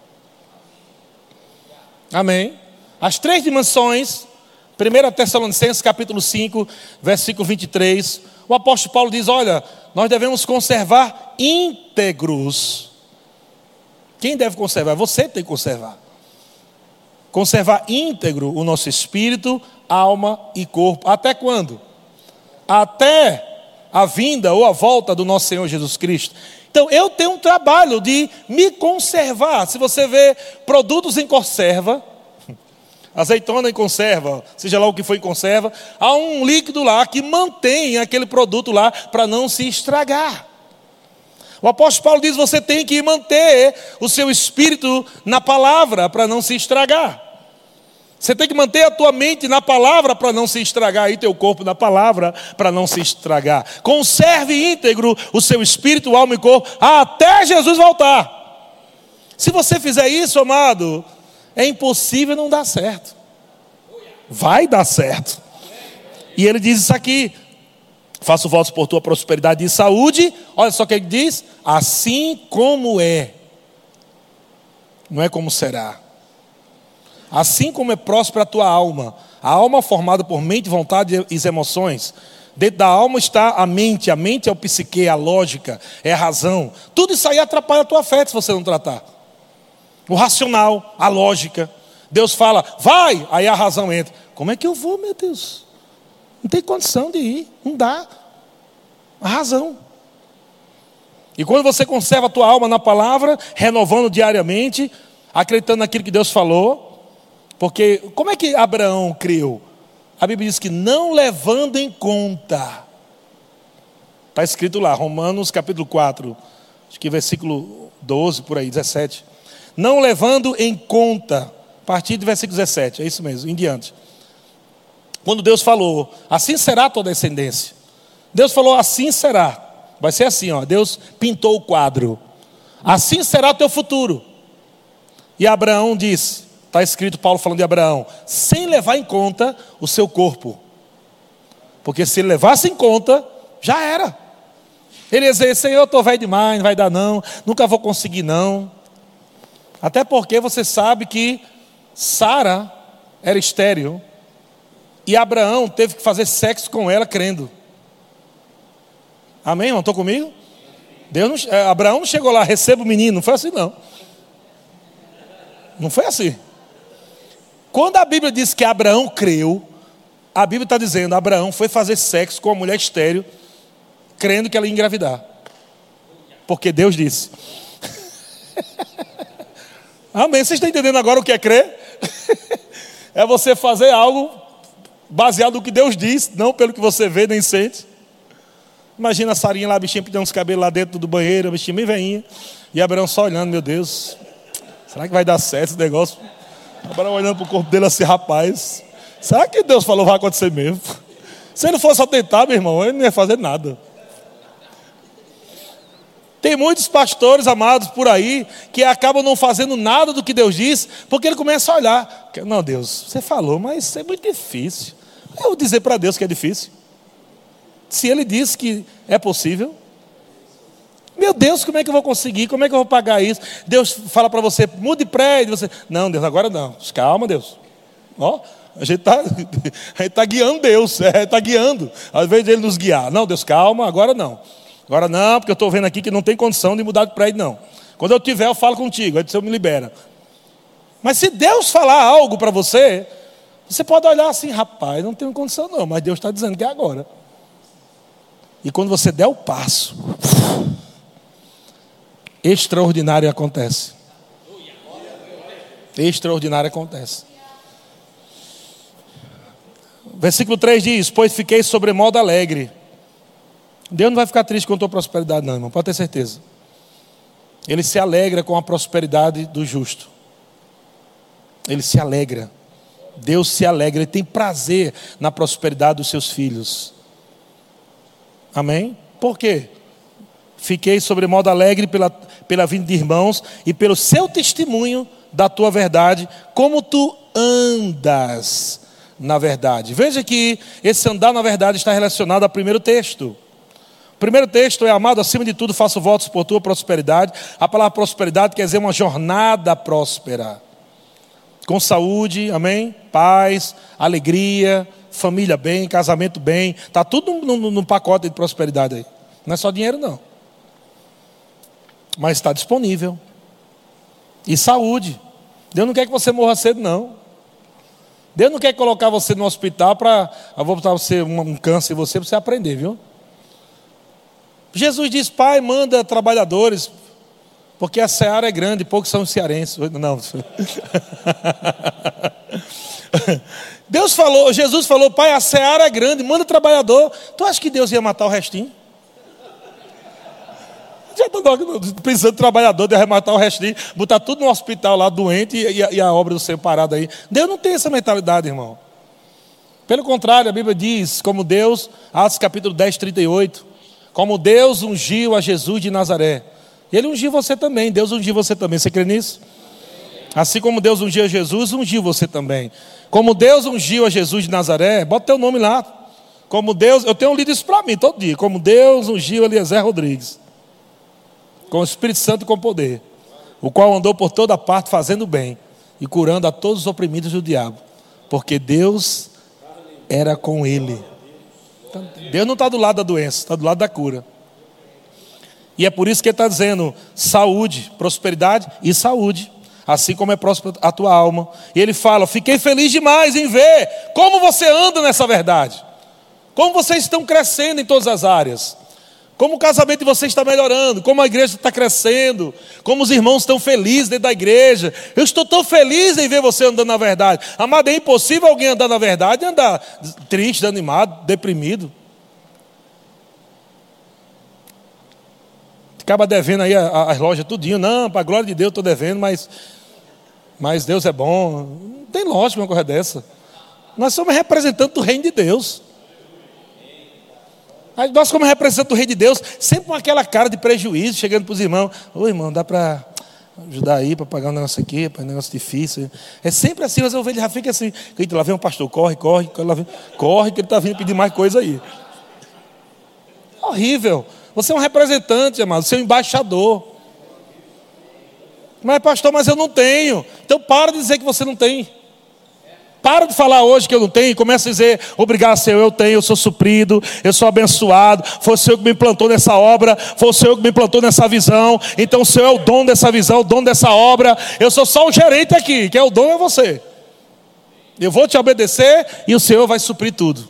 Amém? As três dimensões, primeira Tessalonicenses capítulo cinco, versículo vinte e três... o apóstolo Paulo diz, olha, nós devemos conservar íntegros. Quem deve conservar? Você tem que conservar. Conservar íntegro o nosso espírito, alma e corpo. Até quando? Até a vinda ou a volta do nosso Senhor Jesus Cristo. Então eu tenho um trabalho de me conservar. Se você vê produtos em conserva, azeitona em conserva, seja lá o que for em conserva, há um líquido lá que mantém aquele produto lá para não se estragar. O apóstolo Paulo diz, você tem que manter o seu espírito na palavra para não se estragar. Você tem que manter a tua mente na palavra para não se estragar, e teu corpo na palavra para não se estragar. Conserve íntegro o seu espírito, alma e corpo até Jesus voltar. Se você fizer isso, amado, é impossível não dar certo. Vai dar certo. E ele diz isso aqui: faço votos por tua prosperidade e saúde. Olha só o que ele diz: assim como é. Não é como será. Assim como é próspera a tua alma. A alma formada por mente, vontade e emoções. Dentro da alma está a mente. A mente é o psique, a lógica, é a razão. Tudo isso aí atrapalha a tua fé se você não tratar. O racional, a lógica. Deus fala, vai, aí a razão entra. Como é que eu vou, meu Deus? Não tem condição de ir, não dá. A razão. E quando você conserva a tua alma na palavra, renovando diariamente, acreditando naquilo que Deus falou, Porque como é que Abraão criou? A Bíblia diz que não levando em conta. Está escrito lá, Romanos capítulo quatro, acho que versículo doze, por aí, dezessete. Não levando em conta, a partir do versículo dezessete, é isso mesmo, em diante. Quando Deus falou, assim será a tua descendência. Deus falou, assim será. Vai ser assim, ó. Deus pintou o quadro. Assim será o teu futuro. E Abraão disse, está escrito Paulo falando de Abraão, sem levar em conta o seu corpo. Porque se ele levasse em conta, já era. Ele ia dizer, Senhor, eu estou velho demais, não vai dar não, nunca vou conseguir não. Até porque você sabe que Sara era estéril e Abraão teve que fazer sexo com ela crendo. Amém, irmão? Estão comigo? Deus não, Abraão não chegou lá, receba o menino, não foi assim não. Não foi assim. Quando a Bíblia diz que Abraão creu, a Bíblia está dizendo, Abraão foi fazer sexo com uma mulher estéril, crendo que ela ia engravidar. Porque Deus disse. Amém? Vocês estão entendendo agora o que é crer? É você fazer algo baseado no que Deus diz, não pelo que você vê nem sente. Imagina a Sarinha lá, a bichinha pedindo uns cabelos lá dentro do banheiro, a bichinha bem veinha. E Abraão só olhando, meu Deus, será que vai dar certo esse negócio? Abraão olhando para o corpo dele assim, rapaz, será que Deus falou vai acontecer mesmo? Se ele fosse só tentar, meu irmão, ele não ia fazer nada. Tem muitos pastores amados por aí que acabam não fazendo nada do que Deus diz, porque ele começa a olhar. Não, Deus, você falou, mas isso é muito difícil. Eu vou dizer para Deus que é difícil. Se ele disse que é possível, meu Deus, como é que eu vou conseguir? Como é que eu vou pagar isso? Deus fala para você, mude prédio. Você, não, Deus, agora não. Calma, Deus. Ó, a gente está tá guiando Deus, é, está guiando. Ao invés de ele nos guiar. Não, Deus, calma, agora não. Agora não, porque eu estou vendo aqui que não tem condição de mudar de prédio, não. Quando eu tiver, eu falo contigo, aí você me libera. Mas se Deus falar algo para você, você pode olhar assim, rapaz, não tenho condição não, mas Deus está dizendo que é agora. E quando você der o passo, extraordinário acontece. Extraordinário acontece. Versículo três diz, pois fiquei sobremodo alegre. Deus não vai ficar triste com a tua prosperidade não, irmão, pode ter certeza. Ele se alegra com a prosperidade do justo. Ele se alegra. Deus se alegra, Ele tem prazer na prosperidade dos seus filhos. Amém? Por quê? Fiquei sobremodo alegre pela, pela vinda de irmãos e pelo seu testemunho da tua verdade, como tu andas na verdade. Veja que esse andar na verdade está relacionado ao primeiro texto. O primeiro texto é, amado, acima de tudo faço votos por tua prosperidade. A palavra prosperidade quer dizer uma jornada próspera. Com saúde, amém? Paz, alegria, família bem, casamento bem. Está tudo no, no pacote de prosperidade aí. Não é só dinheiro não. Mas está disponível. E saúde. Deus não quer que você morra cedo não. Deus não quer colocar você no hospital para botar você um, um câncer em você para você aprender, viu? Jesus diz, Pai, manda trabalhadores, porque a seara é grande, poucos são cearenses. Não. Deus falou, Jesus falou, Pai, a seara é grande, manda trabalhador. Tu acha que Deus ia matar o restinho? Já estou precisando de trabalhador, de arrematar o restinho, botar tudo no hospital lá, doente, e a, e a obra do Senhor parada aí. Deus não tem essa mentalidade, irmão. Pelo contrário, a Bíblia diz, como Deus, Atos capítulo dez, trinta e oito, como Deus ungiu a Jesus de Nazaré. Ele ungiu você também, Deus ungiu você também. Você crê nisso? Assim como Deus ungiu a Jesus, ungiu você também. Como Deus ungiu a Jesus de Nazaré, bota teu nome lá. Como Deus, eu tenho lido isso para mim todo dia. Como Deus ungiu Eliezer Rodrigues, com o Espírito Santo e com poder, o qual andou por toda parte fazendo bem e curando a todos os oprimidos do diabo, porque Deus era com ele. Deus não está do lado da doença, está do lado da cura. E é por isso que ele está dizendo saúde, prosperidade e saúde, assim como é próspera a tua alma. E ele fala, fiquei feliz demais em ver como você anda nessa verdade, como vocês estão crescendo em todas as áreas. Como o casamento de vocês está melhorando, como a igreja está crescendo, como os irmãos estão felizes dentro da igreja. Eu estou tão feliz em ver você andando na verdade. Amado, é impossível alguém andar na verdade e andar triste, desanimado, deprimido. Acaba devendo aí as lojas tudinho. Não, para a glória de Deus estou devendo, mas, mas Deus é bom. Não tem lógica uma coisa dessa. Nós somos representantes do reino de Deus. Nós, como representantes do Rei de Deus, sempre com aquela cara de prejuízo, chegando para os irmãos: ô irmão, dá para ajudar aí, para pagar um negócio aqui, para um negócio difícil. É sempre assim, mas eu vejo, já fica assim: lá vem um pastor, corre, corre, corre, lá vem, corre, que ele está vindo pedir mais coisa aí. Horrível. Você é um representante, amado, você é um embaixador. Mas pastor, mas eu não tenho. Então para de dizer que você não tem. Para de falar hoje que eu não tenho e começa a dizer: obrigado, Senhor, eu tenho, eu sou suprido, eu sou abençoado. Foi o Senhor que me plantou nessa obra, foi o Senhor que me plantou nessa visão. Então o Senhor é o dono dessa visão, o dono dessa obra. Eu sou só o gerente aqui, que é o dono é você. Eu vou te obedecer e o Senhor vai suprir tudo.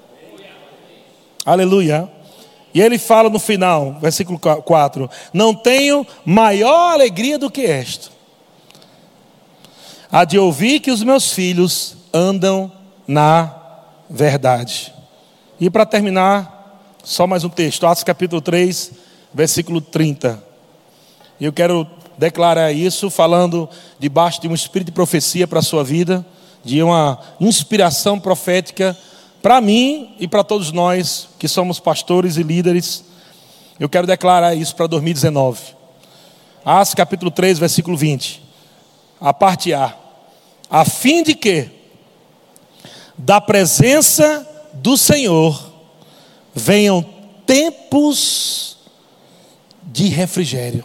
Aleluia. E ele fala no final, versículo quatro: não tenho maior alegria do que esta, a de ouvir que os meus filhos andam na verdade. E para terminar, só mais um texto, Atos capítulo três, versículo trinta. Eu quero declarar isso falando debaixo de um espírito de profecia para a sua vida, de uma inspiração profética para mim e para todos nós que somos pastores e líderes. Eu quero declarar isso para dois mil e dezenove. Atos capítulo três, versículo vinte. A parte A: a fim de que da presença do Senhor venham tempos de refrigério.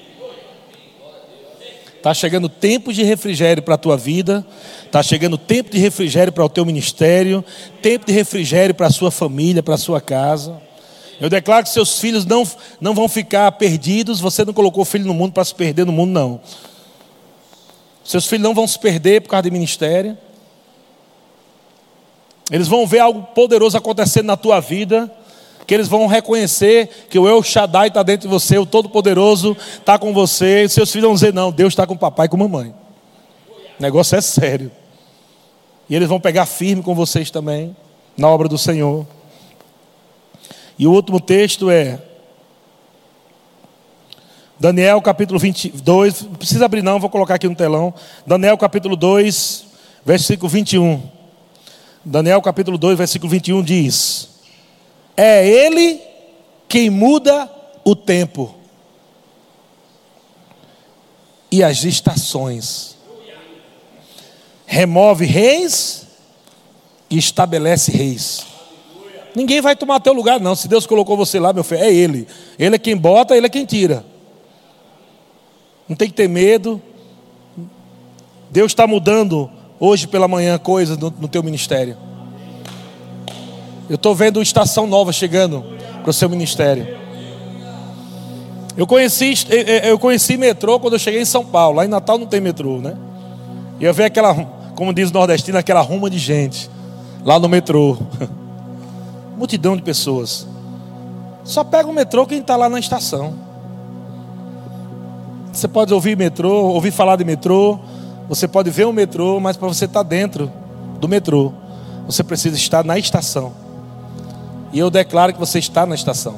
Está chegando tempos de refrigério para a tua vida, está chegando tempo de refrigério para o teu ministério, tempo de refrigério para a sua família, para a sua casa. Eu declaro que seus filhos não, não vão ficar perdidos. Você não colocou filho no mundo para se perder no mundo, não. Seus filhos não vão se perder por causa de ministério. Eles vão ver algo poderoso acontecendo na tua vida, que eles vão reconhecer que o El Shaddai está dentro de você, o Todo-Poderoso está com você. E seus filhos vão dizer: não, Deus está com o papai e com a mamãe. O negócio é sério. E eles vão pegar firme com vocês também, na obra do Senhor. E o último texto é Daniel capítulo vinte e dois, não precisa abrir não, vou colocar aqui no telão. Daniel capítulo dois, versículo vinte e um. Daniel capítulo dois, versículo vinte e um diz: é Ele quem muda o tempo e as estações, remove reis e estabelece reis. Ninguém vai tomar teu lugar não. Se Deus colocou você lá, meu filho, é Ele. Ele é quem bota, Ele é quem tira. Não tem que ter medo. Deus está mudando hoje pela manhã coisas no, no teu ministério. Eu estou vendo estação nova chegando para o seu ministério. Eu conheci, eu conheci metrô quando eu cheguei em São Paulo. Lá em Natal não tem metrô, né? E eu vi aquela, como diz o nordestino, aquela ruma de gente lá no metrô. Multidão de pessoas. Só pega o metrô quem está lá na estação. Você pode ouvir metrô, ouvir falar de metrô, você pode ver o metrô, mas para você estar dentro do metrô, você precisa estar na estação. E eu declaro que você está na estação.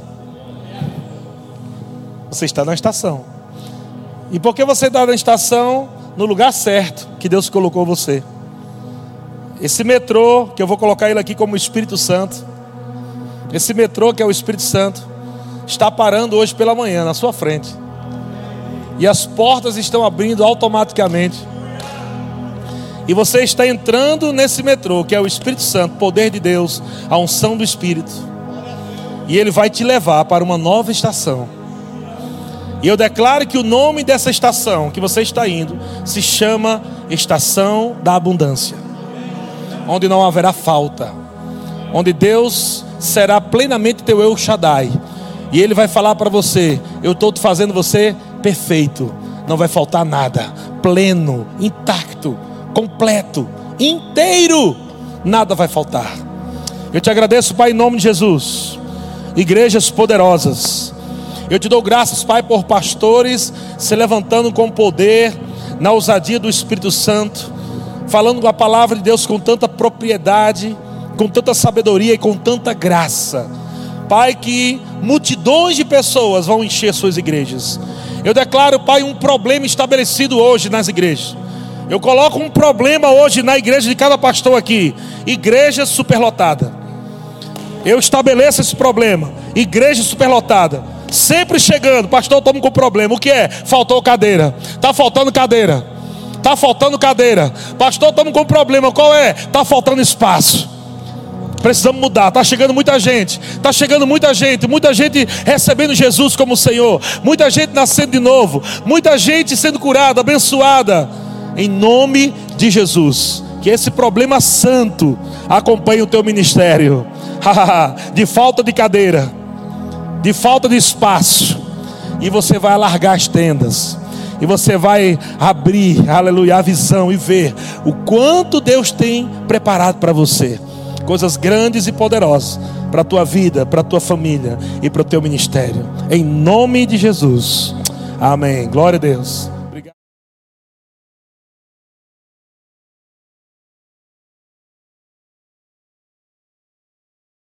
Você está na estação. E porque você está na estação, no lugar certo que Deus colocou você. Esse metrô, que eu vou colocar ele aqui como Espírito Santo, esse metrô que é o Espírito Santo, está parando hoje pela manhã na sua frente. E as portas estão abrindo automaticamente. E você está entrando nesse metrô, que é o Espírito Santo, poder de Deus, a unção do Espírito. E ele vai te levar para uma nova estação. E eu declaro que o nome dessa estação que você está indo se chama Estação da Abundância, onde não haverá falta, onde Deus será plenamente teu El Shaddai. E Ele vai falar para você: eu estou te fazendo você perfeito, não vai faltar nada, pleno, intacto, completo, inteiro, nada vai faltar. Eu te agradeço, Pai, em nome de Jesus. igrejas poderosas. Eu te dou graças, Pai, por pastores se levantando com poder, na ousadia do Espírito Santo, falando a palavra de Deus com tanta propriedade, com tanta sabedoria e com tanta graça. Pai, que multidões de pessoas vão encher suas igrejas. Eu declaro, Pai, um problema estabelecido hoje nas igrejas. Eu coloco um problema hoje na igreja de cada pastor aqui: igreja superlotada. Eu estabeleço esse problema: igreja superlotada, sempre chegando. Pastor, estamos com problema. O que é? Faltou cadeira. Está faltando cadeira. Está faltando cadeira. Pastor, estamos com problema. Qual é? Está faltando espaço. Precisamos mudar. Está chegando muita gente. Está chegando muita gente. Muita gente recebendo Jesus como Senhor. Muita gente nascendo de novo. Muita gente sendo curada, abençoada. Em nome de Jesus, que esse problema santo acompanhe o teu ministério. De falta de cadeira, de falta de espaço. E você vai alargar as tendas. E você vai abrir, aleluia, a visão e ver o quanto Deus tem preparado para você. Coisas grandes e poderosas para a tua vida, para a tua família e para o teu ministério. Em nome de Jesus. Amém. Glória a Deus.